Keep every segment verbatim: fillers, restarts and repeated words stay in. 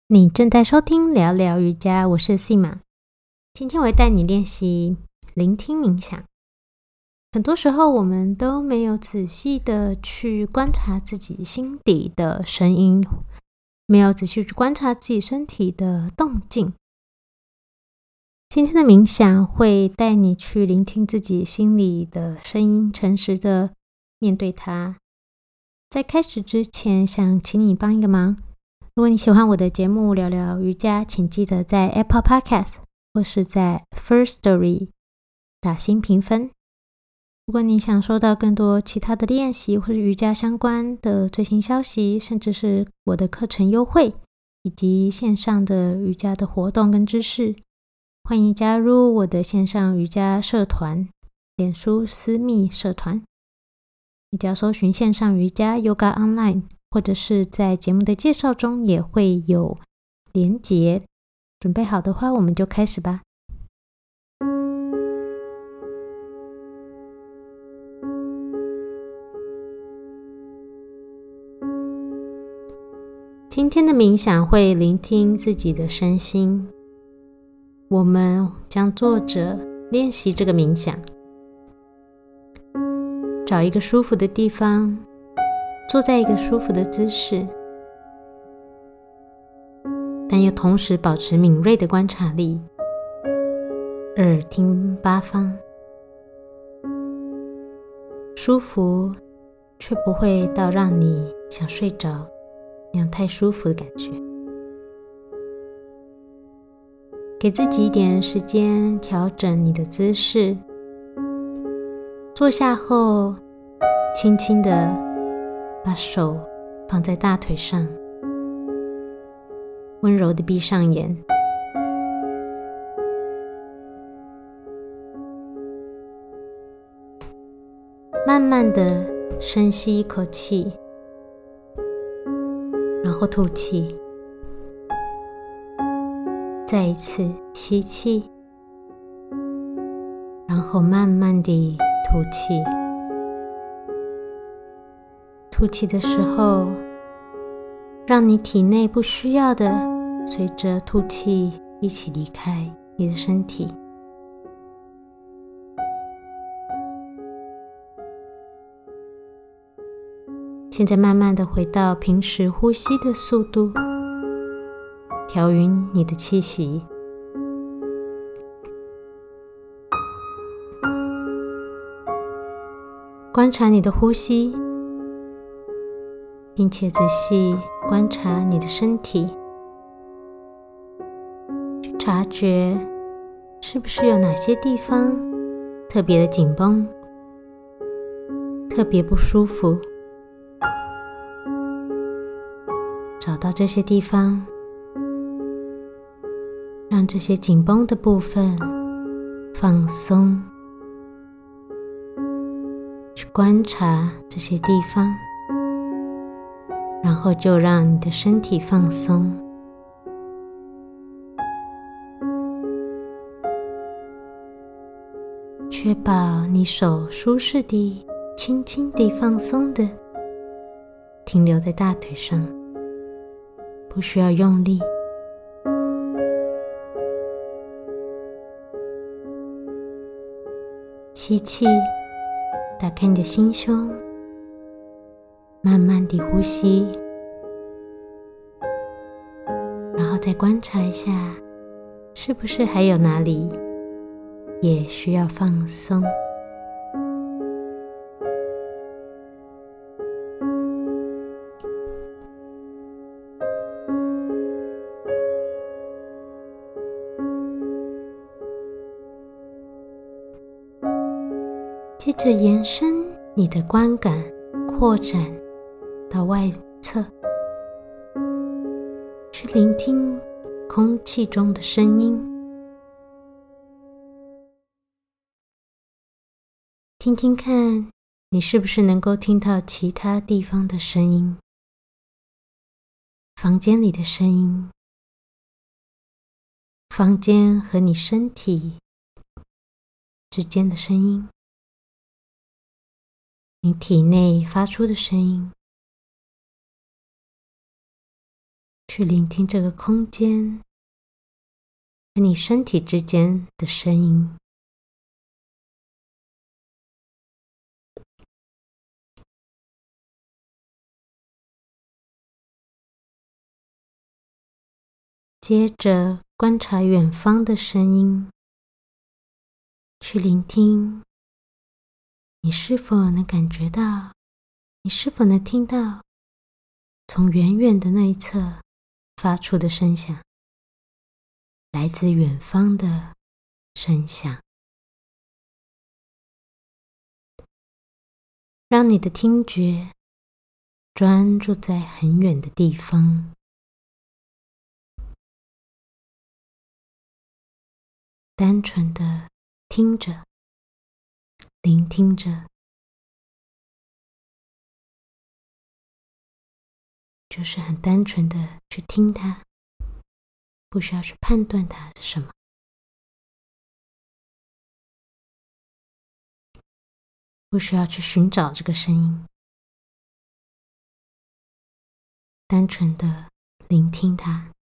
你正在收听聊聊瑜伽，我是 Sima。今天我会带你练习聆听冥想。很多时候我们都没有仔细的去观察自己心底的声音，没有仔细去观察自己身体的动静。今天的冥想会带你去聆听自己心里的声音，诚实的面对它。在开始之前，想请你帮一个忙。如果你喜欢我的节目聊聊瑜伽，请记得在 Apple Podcast 或是在 Firstory 打星评分。如果你想收到更多其他的练习或是瑜伽相关的最新消息，甚至是我的课程优惠以及线上的瑜伽的活动跟知识，欢迎加入我的线上瑜伽社团脸书私密社团。你只要搜寻线上瑜伽 Yoga Online，或者是在节目的介绍中也会有连结。准备好的话，我们就开始吧。今天的冥想会聆听自己的身心，我们将坐着练习这个冥想。找一个舒服的地方，坐在一个舒服的姿势，但又同时保持敏锐的观察力，耳听八方，舒服却不会到让你想睡着那样太舒服的感觉。给自己一点时间调整你的姿势，坐下后轻轻地把手放在大腿上，温柔地闭上眼，慢慢地深吸一口气，然后吐气，再一次吸气，然后慢慢地吐气。吐气的时候，让你体内不需要的随着吐气一起离开你的身体。现在慢慢的回到平时呼吸的速度，调匀你的气息。观察你的呼吸，并且仔细观察你的身体，去察觉是不是有哪些地方特别的紧绷，特别不舒服。找到这些地方，让这些紧绷的部分放松，去观察这些地方，然后就让你的身体放松。确保你手舒适地、轻轻地放松的停留在大腿上，不需要用力。吸气，打开你的心胸，慢慢地呼吸，然后再观察一下，是不是还有哪里也需要放松。接着延伸你的观感，扩展到外侧，去聆听空气中的声音，听听看你是不是能够听到其他地方的声音，房间里的声音，房间和你身体之间的声音，你体内发出的声音， 去聆听这个空间和你身体之间的声音。接着观察远方的声音，去聆听，你是否能感觉到，你是否能听到从远远的那一侧发出的声响，来自远方的声响。让你的听觉专注在很远的地方，单纯的听着，聆听着，就是很单纯的去听它，不需要去判断它是什么，不需要去寻找这个声音，单纯的聆听它。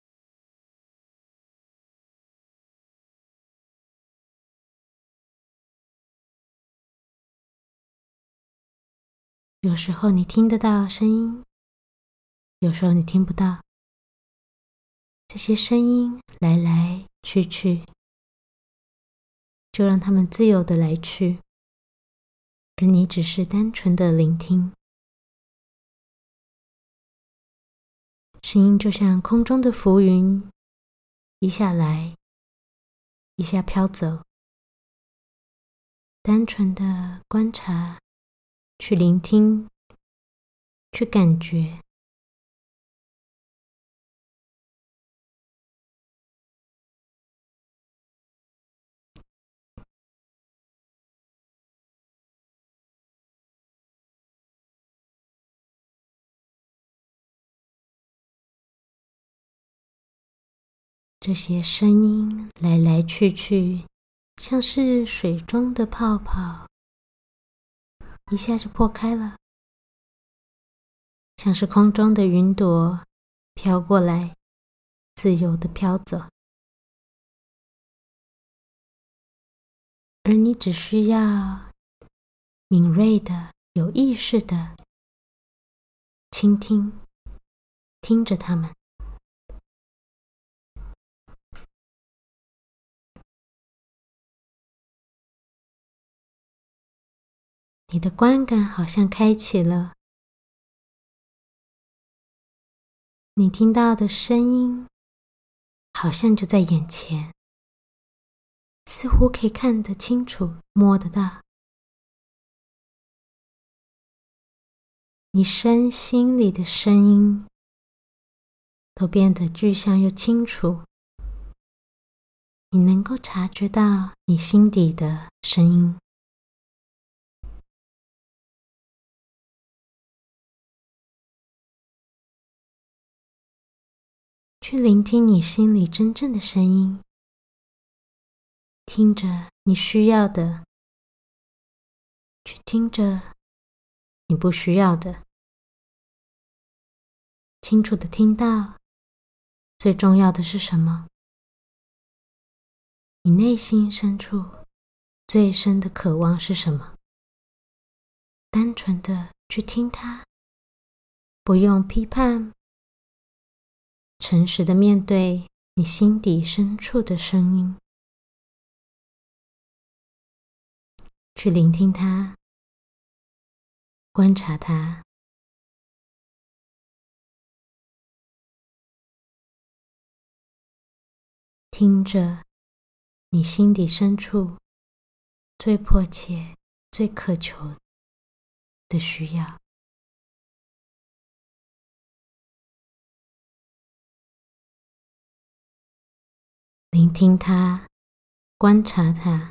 有时候你听得到声音，有时候你听不到。这些声音来来去去，就让它们自由的来去，而你只是单纯的聆听。声音就像空中的浮云，一下来，一下飘走。单纯的观察，去聆听，去感觉。这些声音来来去去，像是水中的泡泡，一下就破开了；像是空中的云朵，飘过来，自由的飘走。而你只需要敏锐的、有意识的倾听，听着它们。你的观感好像开启了，你听到的声音好像就在眼前，似乎可以看得清楚，摸得到。你身心里的声音都变得具象又清楚，你能够察觉到你心底的声音。去聆听你心里真正的声音，听着你需要的，去听着你不需要的，清楚的听到最重要的是什么？你内心深处最深的渴望是什么？单纯的去听它，不用批判，诚实的面对你心底深处的声音，去聆听它，观察它，听着你心底深处最迫切、最渴求的需要。聆听它，观察它。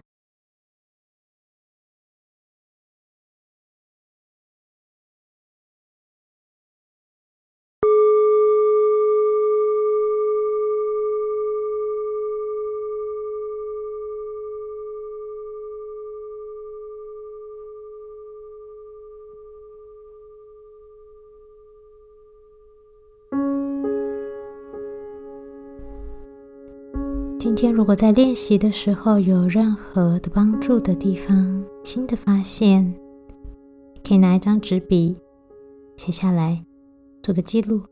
今天如果在练习的时候有任何的帮助的地方，新的发现，可以拿一张纸笔写下来，做个记录。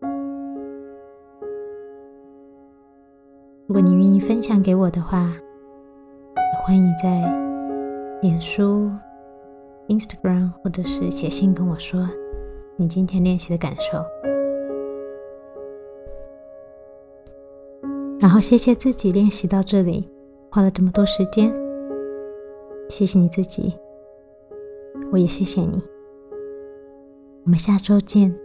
如果你愿意分享给我的话，欢迎在脸书、Instagram 或者是写信跟我说你今天练习的感受。然后谢谢自己练习到这里，花了这么多时间，谢谢你自己，我也谢谢你。我们下周见。